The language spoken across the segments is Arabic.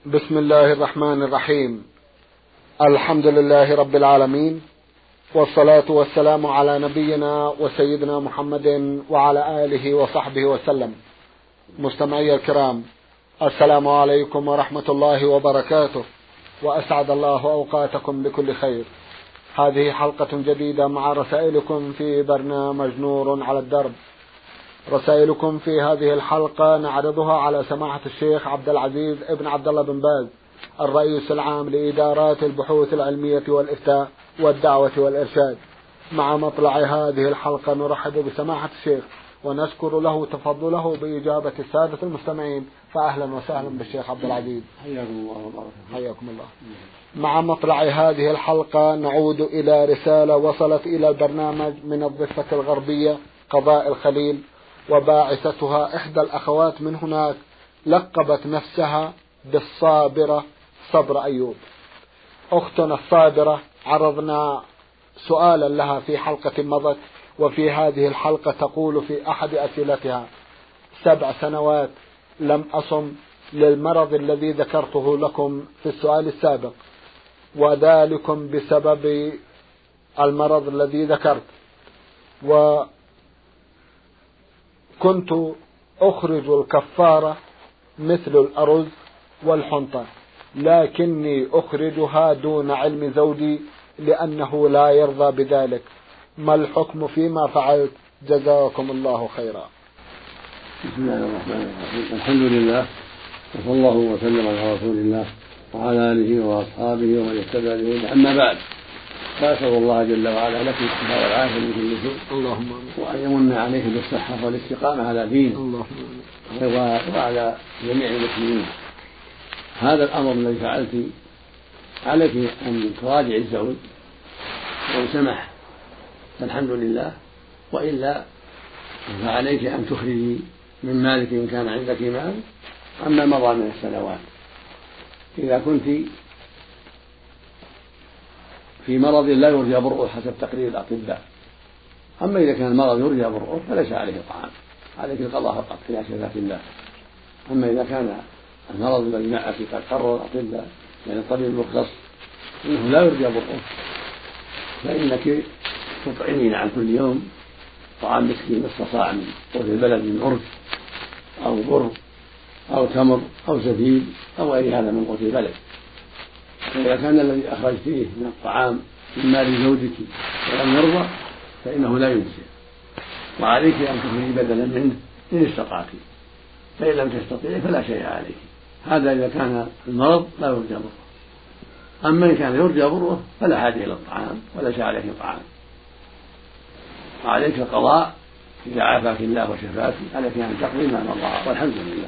بسم الله الرحمن الرحيم. الحمد لله رب العالمين، والصلاة والسلام على نبينا وسيدنا محمد وعلى آله وصحبه وسلم. مستمعي الكرام، السلام عليكم ورحمة الله وبركاته، وأسعد الله أوقاتكم بكل خير. هذه حلقة جديدة مع رسائلكم في برنامج نور على الدرب. رسائلكم في هذه الحلقة نعرضها على سماحة الشيخ عبد العزيز ابن عبد الله بن باز، الرئيس العام لإدارات البحوث العلمية والإفتاء والدعوة والإرشاد. مع مطلع هذه الحلقة نرحب بسماحة الشيخ ونشكر له تفضله بإجابة السادة المستمعين، فأهلا وسهلا بالشيخ عبد العزيز. حياكم الله وبارك. حياكم الله. مع مطلع هذه الحلقة نعود إلى رسالة وصلت إلى البرنامج من الضفة الغربية قضاء الخليل، وباعثتها إحدى الأخوات من هناك لقبت نفسها بالصابرة صبر أيوب. أختنا الصابرة عرضنا سؤالا لها في حلقة مضت، وفي هذه الحلقة تقول في أحد أسئلتها: 7 سنوات لم أصم للمرض الذي ذكرته لكم في السؤال السابق، وذلكم بسبب المرض الذي ذكرت، وكنت أخرج الكفارة مثل الأرز والحنطة، لكني أخرجها دون علم زوجي لأنه لا يرضى بذلك. ما الحكم فيما فعلت؟ جزاكم الله خيرا. بسم الله الرحمن الرحيم. الحمد لله، وصلى الله وسلم على رسول الله وعلى آله وأصحابه ومن اهتدى بهداه. أما بعد، فأسأل الله جل وعلا لك الصحة والعافية من كل سوء، اللهم آمين. وأن يمن عليك بالصحة والاستقامة على دينه، اللهم آمين. وعلى جميع المسلمين. هذا الأمر الذي فعلت عليك أن تراجع الزوج، وإن سمح فالحمد لله، وإلا فعليك أن تخرجي من مالك إن كان عندك مال عما مضى من السنوات. إذا كنت في مرض لا يرجى برؤه حسب تقرير الأطباء، أما إذا كان المرض يرجى برؤه فليس عليه طعام، عليك القضاء فقط إلى شفاعة الله. أما إذا كان المرض الذي معك قد قرر الأطباء، يعني الطبيب المختص، إنه لا يرجى برؤه، فإنك تطعمين عن كل يوم طعام مسكين نصف صاع من قوت البلد من أرز أو بر أو تمر أو زبيب أو غير هذا من قوت البلد. فإذا كان الذي أخرجتيه من الطعام من مال زوجك ولم يرضى فإنه لا يجزي، وعليك أن تخرجي بدلا منه إن استطعت، فإن لم تستطيعي فلا شيء عليك. هذا إذا كان المرض لا يرجى بره. أما إن كان يرجى بره فلا حاجة إلى الطعام وليس عليك طعام، وعليك القضاء إذا عافاك الله وشفاك، عليك أن تقضي ما مضى والحمد لله.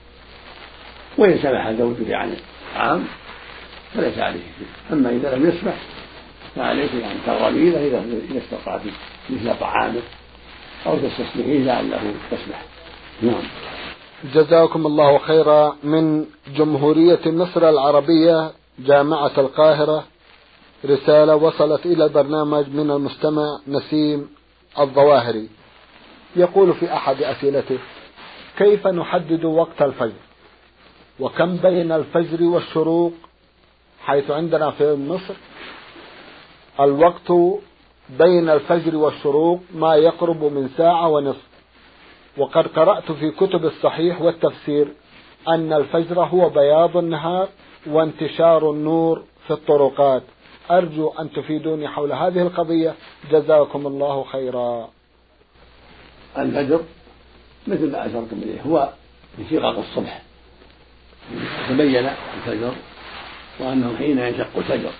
وإن سمح زوجك عن الطعام فليس عليك شيء. أما إذا لم يسمح فعليك أن ترغبي له إذا استطعت مثل طعامه أو تستسمحيه لعله تسمح. نعم. جزاكم الله خيرا. من جمهورية مصر العربية جامعة القاهرة رسالة وصلت إلى البرنامج من المستمع نسيم الظواهري، يقول في أحد أسئلته: كيف نحدد وقت الفجر؟ وكم بين الفجر والشروق؟ حيث عندنا في مصر الوقت بين الفجر والشروق ما يقرب من 1.5 ساعة، وقد قرأت في كتب الصحيح والتفسير أن الفجر هو بياض النهار وانتشار النور في الطرقات. أرجو أن تفيدوني حول هذه القضية، جزاكم الله خيرا. الفجر مثل ما أشرتم إليه هو انشقاق الصبح، تبين الفجر وأنه حين ينشق الفجر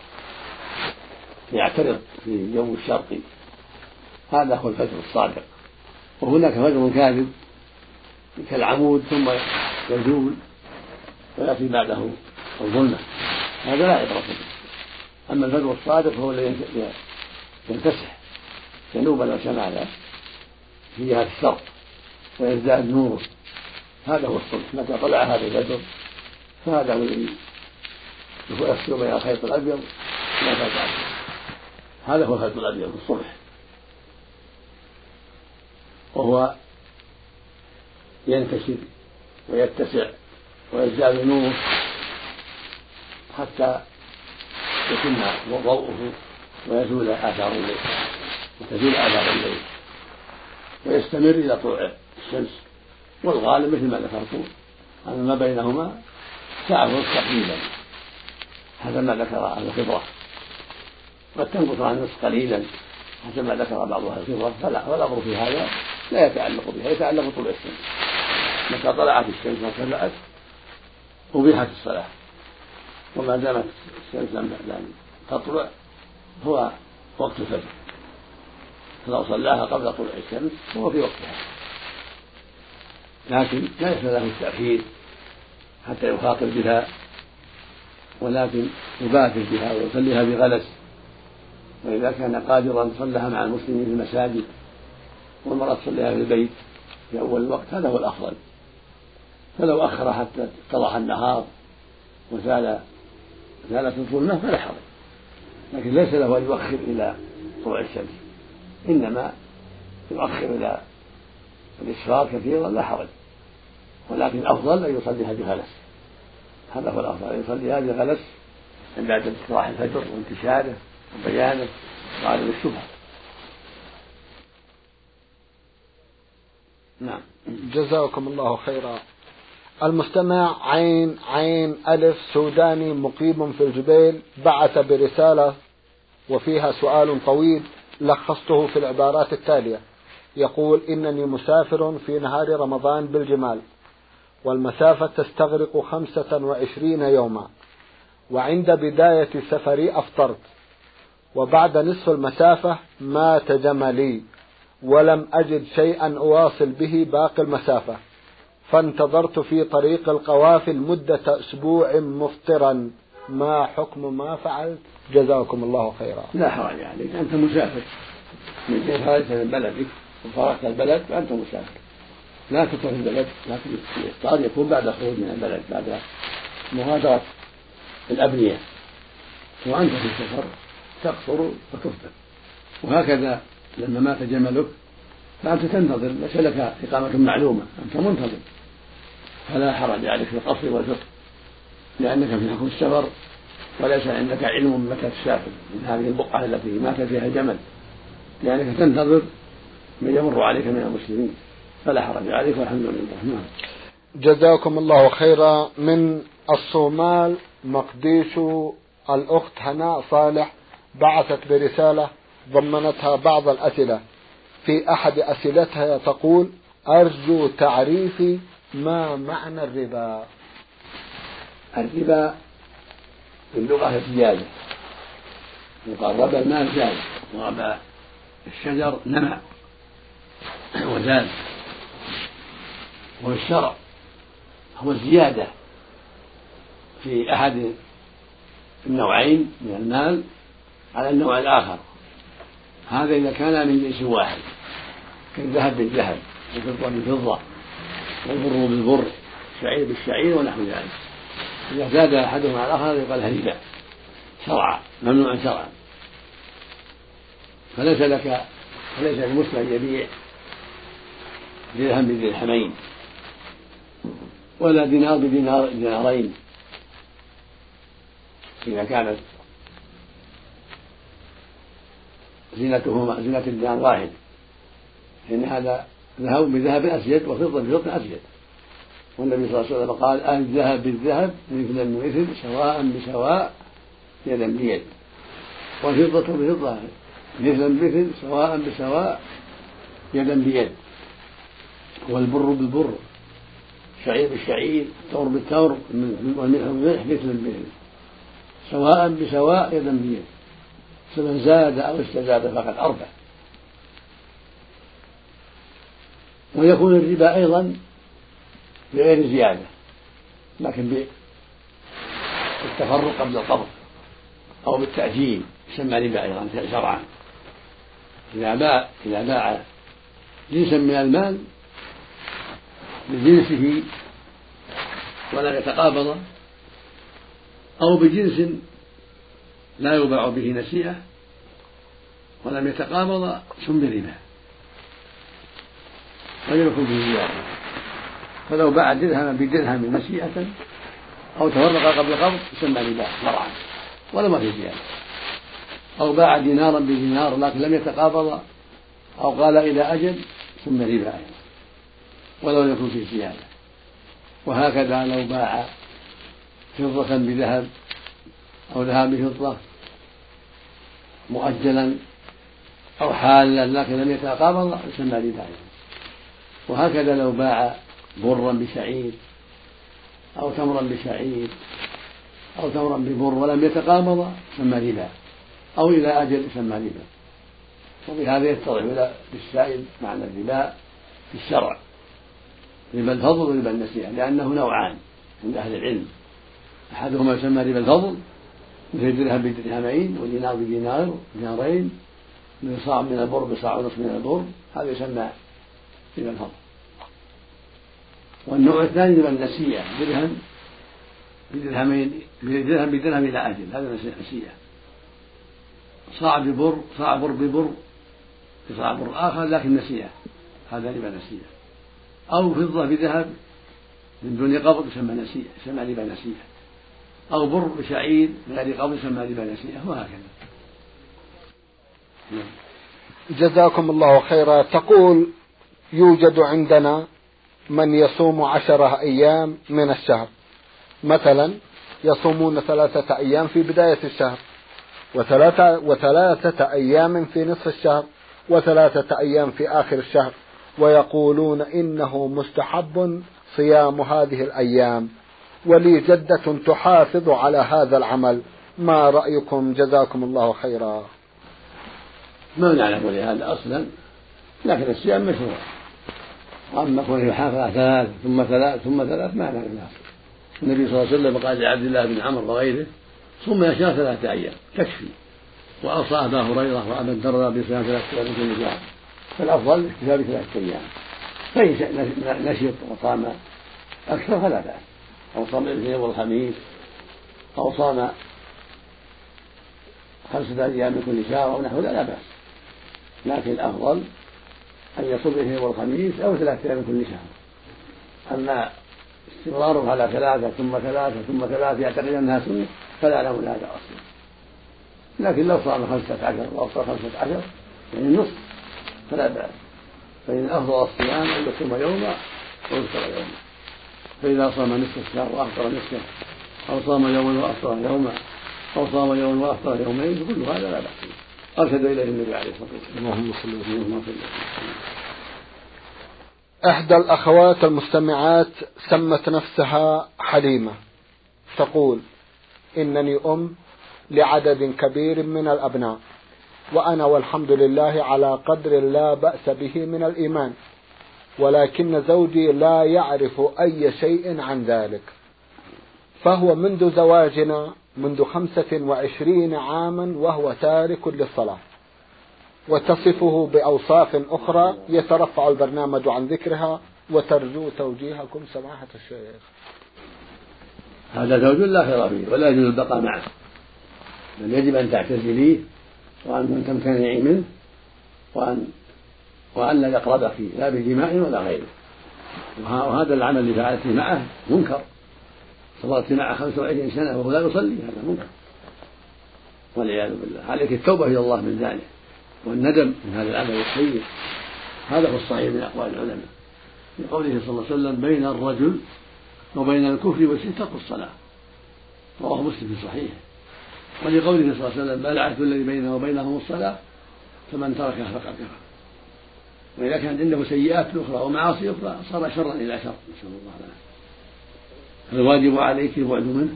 يعترض في الجو الشرقي، هذا هو الفجر الصادق. وهناك فجر كاذب كالعمود ثم يزول ويأتي بعده الظلمة، هذا لا عبرة به. أما الفجر الصادق هو الذي ينتسح جنوبا وشمالا في جهة الشرق ويزداد نوره، هذا هو الصبح. متى طلع هذا الفجر فهذا هو الذي يفسر بين الخيط الأبيض وما بعده، هذا هو الخيط الأبيض الصبح، وهو ينتشر ويتسع ويزداد نوره حتى يتم ضوءه ويزول آثار الليل وتزول آثار الليل ويستمر إلى طلوع الشمس. والغالب مثل ما ذكرت أن ما بينهما ساعة ونصف تقريبا، هذا ما ذكر أهل الخبرة، قد تنقص عن النصف قليلا حسب ما ذكر بعض أهل الخبرة. والأمر في هذا لا يتعلق بها، يتعلق بطلوع الشمس. متى طلعت الشمس وارتفعت أبيحت الصلاة، وما دامت الشمس لم تطلع هو وقت الفجر، فلو صلاها قبل طلوع الشمس هو في وقتها، لكن ليس له التأخير حتى يخاطر بها، ولكن يبادر بها ويصليها بغلس، وإذا كان قادرا صلىها مع المسلمين في المساجد، والمرأة تصليها في البيت في أول الوقت، هذا هو الأفضل. فلو أخر حتى اتضح النهار وزالت الظلمة فلا حرج، لكن ليس له أن يؤخر إلى طلوع الشمس، إنما يؤخر إلى الإسفار كثيرا لا حرج، ولكن الأفضل أن يصليها بغلس، هذا هو الأفضل، أن يصليها بغلس بعد اطلاع الفجر وانتشاره وبيانه وعدم الشبهة. نعم، جزاكم الله خيرا. المستمع عين ألف سوداني مقيم في الجبيل بعث برسالة وفيها سؤال طويل لخصته في العبارات التالية. يقول: إنني مسافر في نهار رمضان بالجمال، والمسافة تستغرق 25 يوما، وعند بداية سفري أفطرت، وبعد نصف المسافة مات جملي ولم أجد شيئا أواصل به باقي المسافة، فانتظرت في طريق القوافل مدة أسبوع مفطرا، ما حكم ما فعلت؟ جزاكم الله خيرا. لا حرج عليك، أنت مسافر، من خرجت من بلدك وفارقت البلد فأنت مسافر، لا تترك البلد، لكن الإفطار يكون بعد الخروج من البلد، بعد مغادرة الأبنية، وأنت في السفر تقصر وتفطر. وهكذا لما مات جملك فأنت تنتظر، ليس لك إقامة معلومة، أنت منتظر، فلا حرج عليك في القصر والفطر، لأنك في حكم السفر وليس عندك علم متى تسافر من هذه البقعة التي مات فيها الجمل، لأنك تنتظر من يمر عليك من المسلمين، فلا حرج عليك والحمد لله. جزاكم الله خيرا. من الصومال مقديشو الأخت هناء صالح بعثت برسالة ضمنتها بعض الأسئلة. في أحد أسئلتها تقول: أرجو تعريفي ما معنى الربا. الربا في اللغة الزيادة، يقال ربا المال زاد، وربا الشجر نمى وزاد، والشرع هو الزيادة في أحد النوعين من المال على النوع الآخر، هذا إذا كان من جنس واحد، كالذهب بالذهب والفضة بالفضة والبر بالبر الشعير بالشعير ونحو ذلك. إذا زاد أحدهما على الآخر يقال ربا شرعا، ممنوع شرعا. فليس للمسلم يبيع درهم بدرهمين ولا دينار بدينارين إذا كانت زينة الدينار واحد، لأن هذا ذهب بذهب أزيد وفضة بفضة أزيد، والنبي صلى الله عليه وسلم قال: الذهب بالذهب مثلا بمثل سواء بسواء يدا بيد، والفضة بفضة مثلا بمثل سواء بسواء يدا بيد، والبر بالبر الشعير بالشعير التمر بالتمر والملح بالملح مثلا بمثل سواء بسواء يدا بيد، فمن زاد أو استزاد فقد أربح. ويكون الربا أيضا بغير زيادة، لكن بالتفرق قبل القبض أو بالتأجيل يسمى ربا أيضا شرعا. إذا باع جنسا من المال بجنسه ولم يتقابض، أو بجنس لا يباع به نسيئة ولم يتقابض، سمي ربا ولم يكن به زيادة. فلو باع درهما بدرهم نسيئة أو تفرق قبل قبض يسمى ربا شرعا ولا ما في زيادة. أو باع دينارا بدينار لكن لم يتقابض أو قال إلى أجل ثم ربا ولو يكون في زيادة. وهكذا لو باع فضة بذهب أو ذهب بفضة مؤجلا أو حالا لكن لم يتقابض يسمى ربا. وهكذا لو باع برا بشعير أو تمرا بشعير أو تمرا ببر ولم يتقابض يسمى ربا أو إلى أجل يسمى ربا. وبهذا يتضح للسائل معنى الربا في الشرع، ربا الفضل وربا النسيئة، لأنه نوعان عند أهل العلم. أحدهما يسمى ربا الفضل مثل الدرهم بدرهمين ودينار بدينار دينارين من صاع من البر بصاع ونصف من البر، هذا يسمى ربا الفضل. والنوع الثاني ربا النسيئة، درهم بدرهمين بدرهم إلى أجل، هذا نسيئة. صاع بر ببر بصاع بر آخر لكن نسيئة، هذا ربا نسيئة. أو فضة بذهب من دون قبض يسمى نسيئة، يسمى ربا نسيئة. أو بر بشعير من غير قبض يسمى ربا نسيئة، وهكذا. جزاكم الله خيرا. تقول: يوجد عندنا من يصوم 10 أيام من الشهر، مثلا يصومون 3 أيام في بداية الشهر وثلاثة أيام في نصف الشهر و3 أيام في آخر الشهر، ويقولون إنه مستحب صيام هذه الأيام، ولي جدة تحافظ على هذا العمل، ما رأيكم؟ جزاكم الله خيرا. ما نعلم لهذا أصلا، لكن الصيام مشروع، وأما كونه يحافظ على 3 ثم 3 ثم 3 ما نعلم لها. النبي صلى الله عليه وسلم قال لعبد الله بن عمرو وغيره: صم يا شهر 3 أيام تكفي. وأوصى أبا هريرة وأبا الدرداء بصيام 3 أيام من كل شهر، فالأفضل الاكتفاء ب3 أيام. فإن نشط وصام أكثر فلا بأس، أو صام الاثنين والخميس، أو صام 5 أيام من كل شهر أو نحو لا بأس، لكن الأفضل أن يصوم الاثنين والخميس أو 3 أيام من كل شهر. أما استمراره على 3 ثم 3 ثم 3 يعتقد أنها سنة فلا له هذا أصلا. لكن لو صام 15 أو صام 15 يعني النصف فلا بأس، فإن أفضل الصيام أن يصوم يوما ويفطر يوما. فإذا صام نصف الشهر وأفطر نصفه، أو صام يوما وأفطر يوما، أو صام يوما وأفطر يومين، كل هذا لا بأس. أرشد إليه النبي عليه الصلاة والسلام. اللهم صل وسلم. إحدى الأخوات المستمعات سمت نفسها حليمة، تقول: إنني أم لعدد كبير من الأبناء، وأنا والحمد لله على قدر لا بأس به من الإيمان، ولكن زوجي لا يعرف أي شيء عن ذلك، فهو منذ زواجنا منذ 25 عاما وهو تارك للصلاة، وتصفه بأوصاف أخرى يترفع البرنامج عن ذكرها، وترجو توجيهكم سماحة الشيخ. هذا زوج لا خير فيه ولا يجوز البقاء معه، بل يجب أن تعتزليه وأن تمتنعي منه وأن لا يقربك لا بجماع ولا غيره. وهذا العمل اللي فعلته معه منكر، صبرت معه 25 سنة وهو لا يصلي، هذا منكر والعياذ بالله. عليك التوبة إلى الله من ذلك والندم من هذا العمل السيء. هذا هو الصحيح من أقوال العلماء، لقوله صلى الله عليه وسلم: بين الرجل وبين الكفر والشرك ترك الصلاة، رواه مسلم في صحيحه. ولقوله صلى الله عليه وسلم: العهد الذي بينه وبينهم الصلاة فمن تركها فقد كفر. وإذا كانت عنده سيئات أخرى ومعاصي أخرى صار شرا إلى شر، نسأل الله العافية. فالواجب عليك البعد منه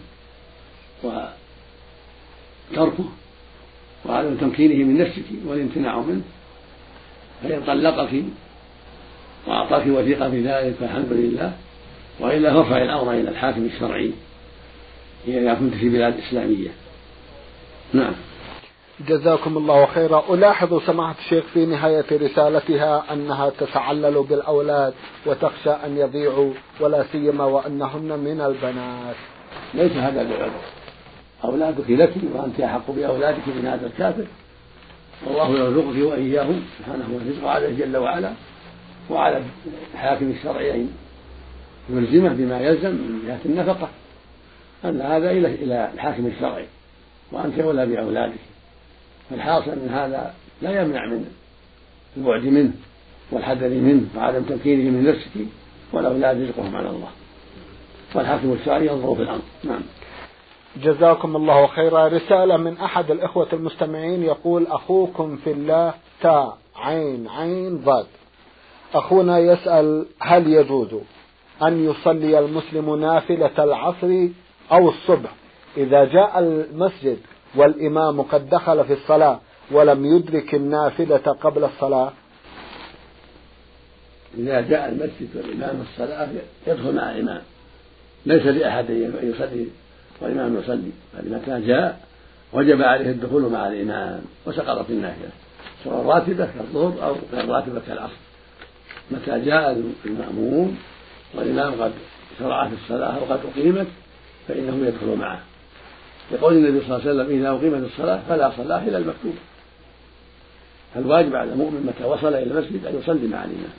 وتركه وعدم تمكينه من نفسك والامتناع منه. فإن طلقك وأعطاك وثيقة في ذلك فالحمد لله، وإلا فارفع الأمر إلى الحاكم الشرعي إذا كنت في بلاد إسلامية. نعم. جزاكم الله خيرا. ألاحظ سماحة الشيخ في نهاية رسالتها أنها تتعلل بالأولاد وتخشى أن يضيعوا، ولا سيما وأنهن من البنات. ليس هذا بعذر، أولادك لك وأنت أحق بأولادك من هذا الكافر، والله يرزقك وإياهم سبحانه والرزق عليه جل وعلا، وعلى الحاكم الشرعي يلزمه بما يلزم من جهة النفقة أن هذا إلى الحاكم الشرعي، وأنت أولى بأولادك. فالحاصل أن هذا لا يمنع من البعد منه والحذر منه وعدم تمكينه من نفسك، والأولاد رزقهم على الله، والحاكم الشرعي ينظر في الأمر. نعم. جزاكم الله خيرا. رسالة من أحد الإخوة المستمعين يقول: أخوكم في الله تاء عين عين ضاد. أخونا يسأل: هل يجوز أن يصلي المسلم نافلة العصر أو الصبح إذا جاء المسجد والإمام قد دخل في الصلاة ولم يدرك النافلة قبل الصلاة؟ إذا جاء المسجد والإمام الصلاة يدخل مع الإمام، ليس لأحد أن يصلي والإمام يصلي، بل متى جاء وجب عليه الدخول مع الإمام وسقطت النافلة، سواء راتبة كالظهر أو غير راتبة كالعصر. متى جاء المأموم والإمام قد شرع في الصلاة أو قد أقيمت فإنه يدخل معه، يقول النبي صلى الله عليه وسلم: إذا أقيمت الصلاة فلا صلاة إلا المكتوبة. فالواجب على المؤمن متى وصل إلى المسجد أن يصلي مع الإمام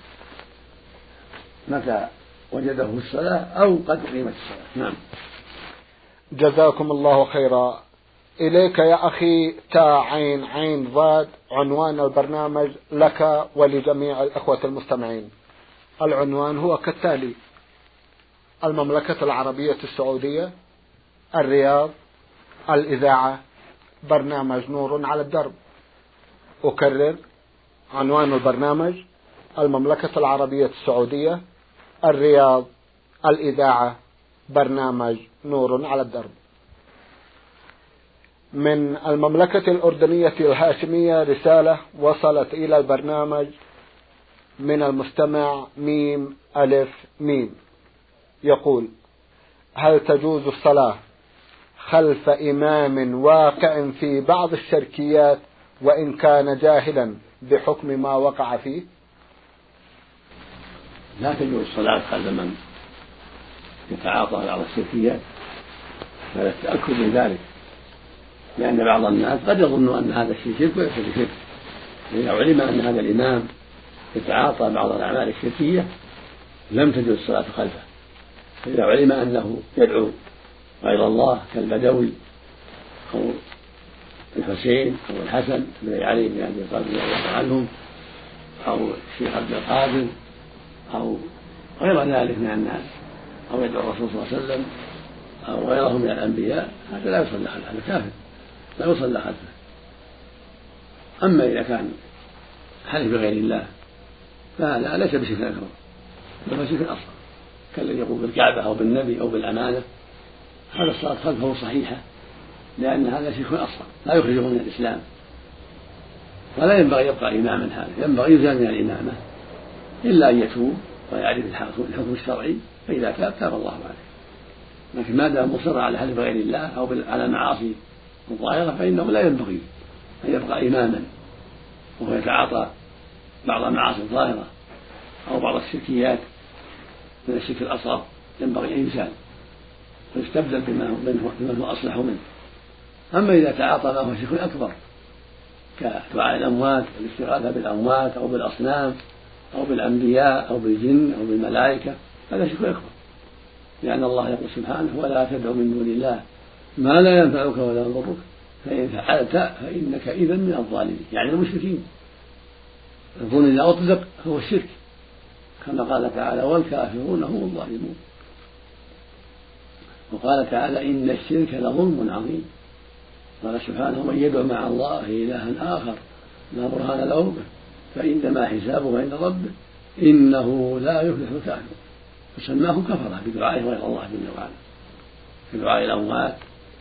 متى وجده في الصلاة أو قد أقيمت الصلاة. نعم. جزاكم الله خيرا. إليك يا أخي تاء عين عين ضاد عنوان البرنامج لك ولجميع الأخوة المستمعين. العنوان هو كالتالي: المملكة العربية السعودية، الرياض، الإذاعة، برنامج نور على الدرب. أكرر: عنوان البرنامج المملكة العربية السعودية، الرياض، الإذاعة، برنامج نور على الدرب. من المملكة الأردنية الهاشمية رسالة وصلت إلى البرنامج من المستمع ميم ألف ميم، يقول: هل تجوز الصلاة خلف إمام واقع في بعض الشركيات وإن كان جاهلا بحكم ما وقع فيه؟ لا تجوز الصلاة خلف من يتعاطى بعض الشركيات، فلا التأكد من ذلك، لأن بعض الناس قد يظن أن هذا الشيء شرك وليس بشرك. إذا علم أن هذا الإمام يتعاطى بعض الأعمال الشركية لم تجوز الصلاة خلفه. فإذا علم أنه يدعو غير الله كالبدوي أو الحسين أو الحسن بن علي بن أبي طالب رضي الله عنهم أو الشيخ عبد القادر أو غير ذلك من الناس، أو يدعو الرسول صلى الله عليه وسلم أو غيره من الأنبياء، هذا لا يصلى خلفه، هذا كافر لا يصلى خلفه. أما إذا كان حلف بغير الله فهذا ليس بشرك أكبر بل هو شرك أصغر، كالذي يقول بالكعبة أو بالنبي أو بالأمانة، هذا الصلاة خلفه صحيحة، لأن هذا شرك أصغر لا يخرجه من الإسلام، ولا ينبغي يبقى إماما. هذا ينبغي يزال من الإمامة إلا أن يتوب ويعرف الحكم الشرعي، فإذا تاب تاب الله عليه. لكن ما دام مصر على حلف غير الله أو على المعاصي الظاهرة فإنه لا ينبغي أن يبقى إماما وهو يتعاطى بعض المعاصي الظاهرة أو بعض الشركيات من الشرك الأصغر، ينبغي أن يزال ويستبدل بما هو أصلح منه. أما إذا تعاطى ما هو شرك أكبر كدعاء الأموات والاستغاثة بالأموات أو بالأصنام أو بالأنبياء أو بالجن أو بالملائكة، هذا شرك أكبر، لأن الله يقول سبحانه: ولا تدع من دون الله ما لا ينفعك ولا يضرك فإن فعلت فإنك إذا من الظالمين، يعني المشركين. الظلم إذا أطلق هو الشرك، كما قال تعالى: والكافرون هم الظالمون. وقال تعالى: إن الشرك لظلم عظيم. قال سبحانه: من يدعو مع الله إلها آخر لا برهان له به فإنما حسابه عند ربه إنه لا يفلح الكافرون. فسماهم كفرة بدعائه غير الله جل وعلا، كدعاء الأموات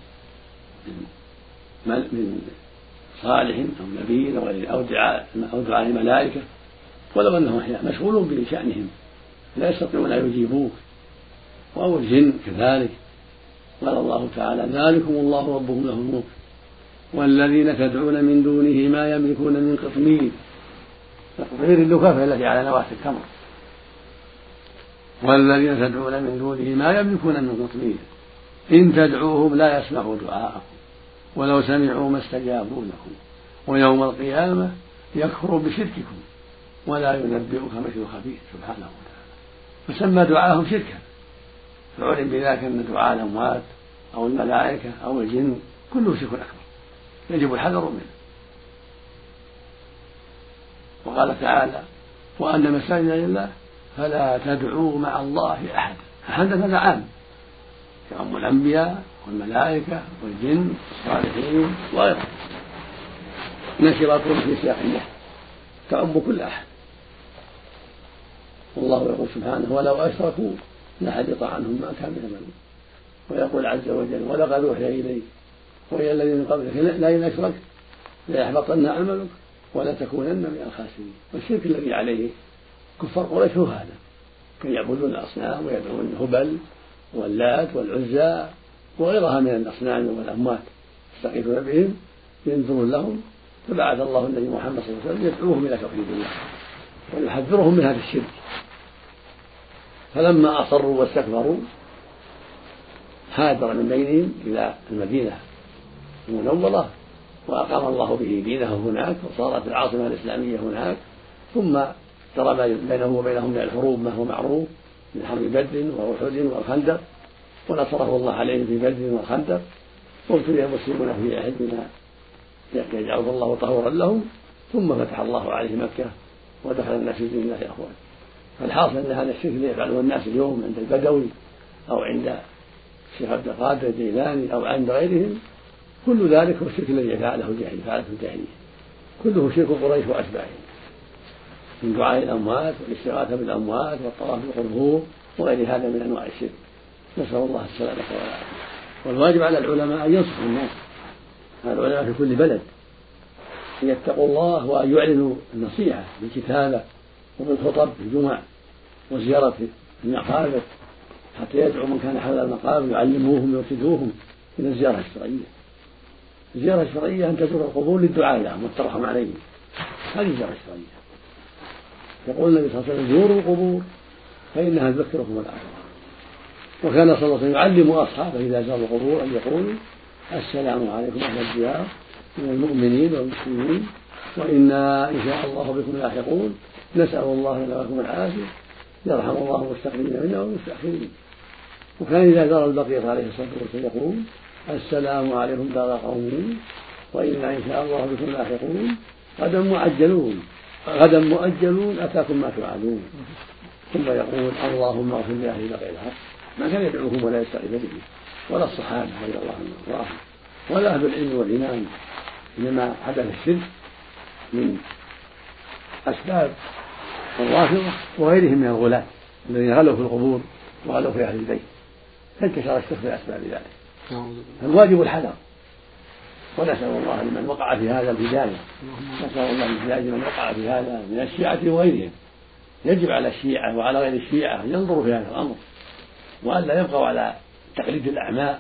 من صالح أو نبي أو دعاء الملائكة، ولو أنهم أحياء مشغولون بشأنهم لا يستطيعون أن يجيبوك، أو الجن كذلك. قال الله تعالى: ذلكم الله ربكم له الملك والذين تدعون من دونه ما يملكون من قطمير. القطمير اللفافة التي على نواة التمر. والذين تدعون من دونه ما يملكون من قطمير إن تدعوهم لا يسمعوا دعاءكم ولو سمعوا ما استجابوا لكم ويوم القيامة يكفروا بشرككم ولا ينبئك مثل خبير سبحانه وتعالى. فسمى دعاءهم شركا، فعلم بذلك أن دعاء الأموات أو الملائكة أو الجن كله شرك أكبر يجب الحذر منه. وقال تعالى وأن مساجد لله فلا تدعوا مع الله أحد. أحد هذا عام يعم الأنبياء والملائكة والجن والصالحين وغيرهم، نكرات في سياق النهي تعم كل أحد. والله يقول سبحانه ولو أشركوا لحبط عنهم ما كانوا يعملون. ويقول عز وجل ولقد أوحي إليك وإلى الذين من قبلك لئن أشركت ليحبطن عملك ولتكونن من الخاسرين. والشرك الذي عليه كفار قريش هو هذا، كانوا يعبدون الأصنام ويدعون هبل واللات والعزى وغيرها من الأصنام والأموات يستغيثون بهم ينذرون لهم. فبعث الله النبي محمد صلى الله عليه وسلم يدعوهم إلى توحيد الله ويحذرهم من هذا الشرك. فلما أصروا واستكبروا هاجر من بينهم إلى المدينة المنورة وأقام الله به دينه هناك وصارت العاصمة الإسلامية هناك. ثم جرى بينه وبينهم من الحروب ما هو معروف من حرب بدر وأحد والخندق، ونصره الله عليهم في بدر والخندق، وابتلي المسلمون في أحد ما يجعله الله طهورا لهم. ثم فتح الله عليه مكة ودخل الناس في دين الله أخوان. فالحاصل أن هذا الشرك اللي يفعله الناس اليوم عند البدوي أو عند الشيخ عبد القادر الجيلاني أو عند غيرهم كل ذلك هو الشرك الذي فعله الجاهلية، كله شرك قريش وأتباعهم من دعاء الأموات والاستغاثة بالأموات والطواف بالقبور وغير هذا من أنواع الشرك. نسأل الله السلامة والعافية. والواجب على العلماء أن ينصحوا الناس، العلماء في كل بلد، أن يتقوا الله وأن يعلنوا النصيحة بالكتابة وبالخطب في الجمع وزيارة المقابر حتى يدعو من كان حول المقابر يعلموهم ويرشدوهم إلى الزيارة الشرعية. الزيارة الشرعية أن تزور القبور للدعاء لهم والترحم عليهم، هذه الزيارة الشرعية. يقول النبي صلى الله عليه وسلم زوروا القبور فإنها تذكركم الآخرة. وكان صلى الله عليه وسلم يعلم أصحابه إذا زاروا القبور أن يقولوا السلام عليكم أهل الديار من المؤمنين والمسلمين وإنا إن شاء الله بكم لاحقون نسأل الله لنا ولكم العافية يرحم الله المستقدمين منا والمستأخرين. وكان إذا زار البقية عليه الصلاة والسلام يقول السلام عليكم دار قوم وإنا إن شاء الله بكم لاحقون غدا مؤجلون أتاكم ما توعدون. ثم يقول اللهم اغفر لأهل بقيع الحق. ما كان يدعوهم ولا يستغيث بهم ولا الصحابة رضي الله عنهم ولا أهل العلم والإيمان، إنما حدث الشرك من أسباب الرافضة وغيرهم من الغلاة الذين غلوا في القبور وغلوا في أهل البيت، فانتشر الشرك بأسباب ذلك. الواجب الحذر، ونسأل الله لمن وقع في هذا الهداية، نسأل الله الهداية لمن وقع في هذا من الشيعة وغيرهم. يجب على الشيعة وعلى غير الشيعة ينظروا في هذا الأمر وألا يبقوا على تقليد الأعمى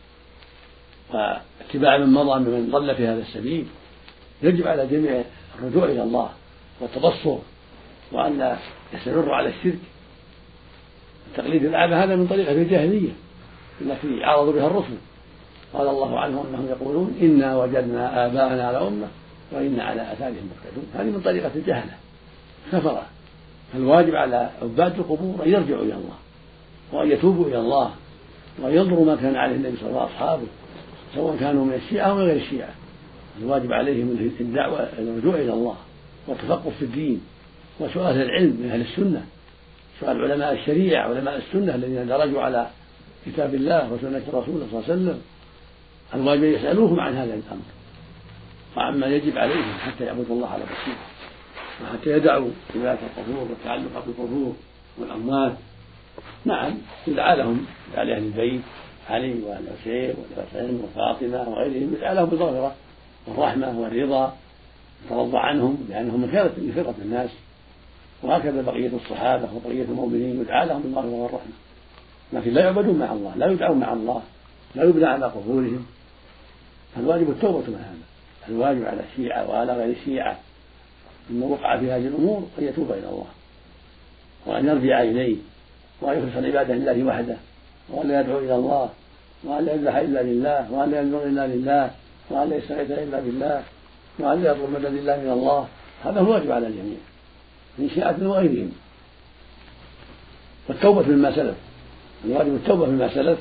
واتباع من مضى ممن ضل في هذا السبيل. يجب على الجميع الرجوع إلى الله والتبصر وألا يستمروا على الشرك. تقليد الأعمى هذا من طريقة الجاهلية التي عارضوا بها الرسل، قال الله عنهم أنهم يقولون إنا وجدنا آباءنا على أمة وإنا على آثارهم مقتدون. هذه من طريقة الجهلة كفرة. فالواجب على عباد القبور أن يرجعوا إلى الله وأن يتوبوا إلى الله وأن ينظروا ما كان عليه النبي صلى الله عليه وسلم وأصحابه سواء كانوا من الشيعة أو غير الشيعة. الواجب عليهم الدعوة الرجوع إلى الله والتفقه في الدين وسؤال العلم من أهل السنة، سؤال علماء الشريعة علماء السنة الذين درجوا على كتاب الله وسنة رسوله صلى الله عليه وسلم. الواجب يسألوهم عن هذا الأمر وعما يجب عليهم حتى يعبدوا الله على بصيرة وحتى يدعوا عبادة القبور والتعلق بالقبور والأموات. نعم يدعى لهم على أهل البيت علي والحسين والحسن وفاطمة وغيرهم، يدعى لهم بالمغفرة والرحمة والرضا يترضى عنهم لأنهم من خيرة الناس. وهكذا بقية الصحابة وبقية المؤمنين يدعى لهم بالمغفرة والرحمة، لكن لا يعبدون مع الله، لا يدعون مع الله، لا يبنى على قبورهم. فالواجب التوبة من هذا. الواجب على الشيعة وعلى غير الشيعة من وقع في هذه الأمور أن يتوب إلى الله وأن يرجع إليه وأن يخلص العبادة لله وحده وأن لا يدعو إلى الله وأن لا يذبح إلا لله وأن لا ينذر إلا لله وأن لا يستغيث إلا بالله وأن لا يطلب مدد إلا من الله. هذا هو الواجب على الجميع من شيعة وغيرهم. والتوبة مما سلف، الواجب التوبة مما سلف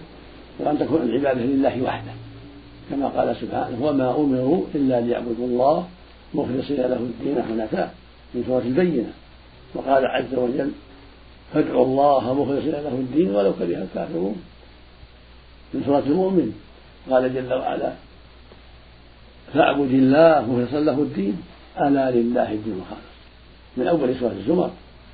وأن تكون العبادة لله وحده، كما قال سبحانه: وما أمروا إلا ليعبدوا الله مخلصين له الدين حنفاء، من سورة البينة. وقال عز وجل: فادعوا الله مخلصين له الدين ولو كره الكافرون، من سورة المؤمن. قال جل وعلا: فاعبد الله مخلصا له الدين ألا لله الدين الخالص، من أول سورة الزمر.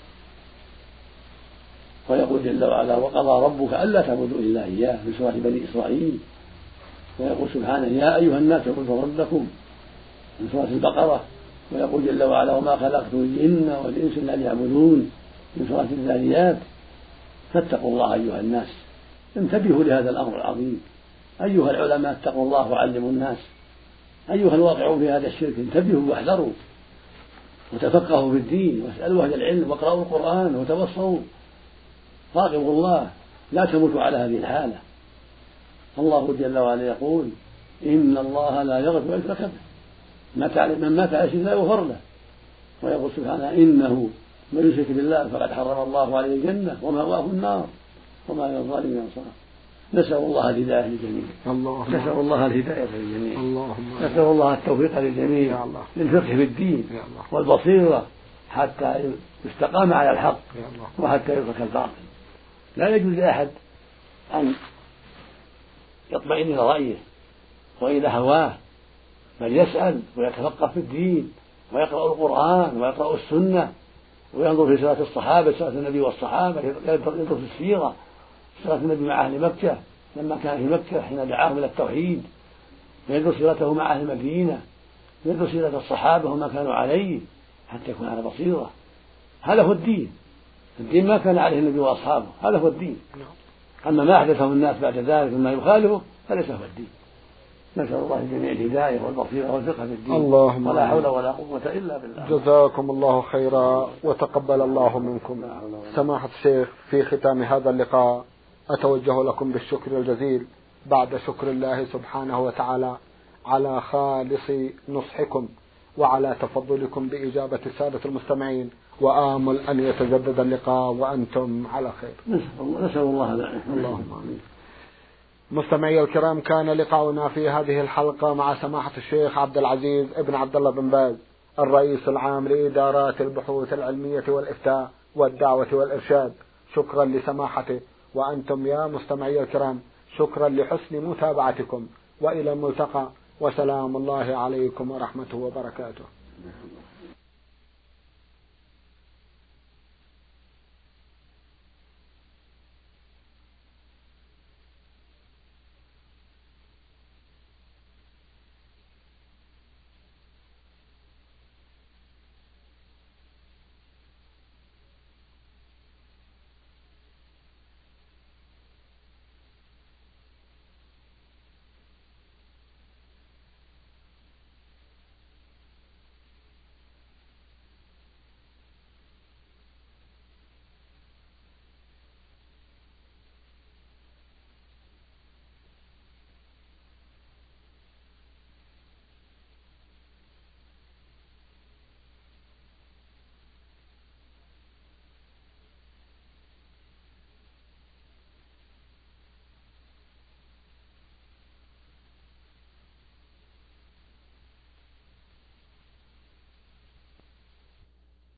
ويقول جل وعلا: وقضى ربك ألا تعبدوا إلا إياه، من سورة بني إسرائيل. ويقول سبحانه: يا أيها الناس اعبدوا ربكم، من سورة البقرة. ويقول جل وعلا: وما خلقت الجن والإنس إلا ليعبدون، من سورة الذاريات. فاتقوا الله أيها الناس، انتبهوا لهذا الأمر العظيم. أيها العلماء اتقوا الله وعلموا الناس. أيها الواقعون في هذا الشرك انتبهوا واحذروا، وتفقهوا في الدين، واسألوا أهل العلم، واقرأوا القرآن، وتبصروا. راقبوا الله، لا تموتوا على هذه الحالة. الله جل وعلا يقول: إن الله لا يغفر أن يشرك به، من مات على شرك لا يغفر له. ويقول سبحانه: إنه من يشرك بالله فقد حرم الله عليه الجنة ومأواه النار وما للظالمين أنصار. نسأل الله الهداية للجميع، نسأل الله الهداية للجميع، نسأل الله التوفيق للجميع للفقه في الدين والبصيرة، حتى يستقام على الحق وحتى يترك الباطل. لا يجوز لأحد أن يطمئن إلى رأيه وإلى هواه، بل يسأل ويتفقه في الدين، ويقرأ القرآن ويقرأ السنة، وينظر في سيرة الصحابة، سيرة النبي والصحابة، ينظر في السيرة، سيرة النبي مع أهل مكة لما كان في مكة حين دعاهم إلى التوحيد، وينظر سيرته مع أهل المدينة، ينظر سيرة الصحابة وما كانوا عليه، حتى يكون على بصيرة. هذا هو الدين. الدين ما كان عليه النبي وأصحابه، هذا هو الدين. أما ما أحدثه الناس بعد ذلك مما يخالفه فليس هو الدين. نسأل الله الجميع الهداية والبصيرة والفقه في الدين، ولا حول ولا قوة إلا بالله. جزاكم الله خيرا وتقبل الله منكم. سماحة الشيخ، في ختام هذا اللقاء أتوجه لكم بالشكر الجزيل بعد شكر الله سبحانه وتعالى على خالص نصحكم وعلى تفضلكم بإجابة السادة المستمعين، وآمل أن يتجدد اللقاء وأنتم على خير. نسأل الله ذلك. اللهم آمين. مستمعي الكرام، كان لقاؤنا في هذه الحلقة مع سماحة الشيخ عبد العزيز ابن عبد الله بن باز، الرئيس العام لإدارات البحوث العلمية والإفتاء والدعوة والإرشاد. شكرا لسماحته، وأنتم يا مستمعي الكرام شكرا لحسن متابعتكم، وإلى الملتقى، وسلام الله عليكم ورحمته وبركاته.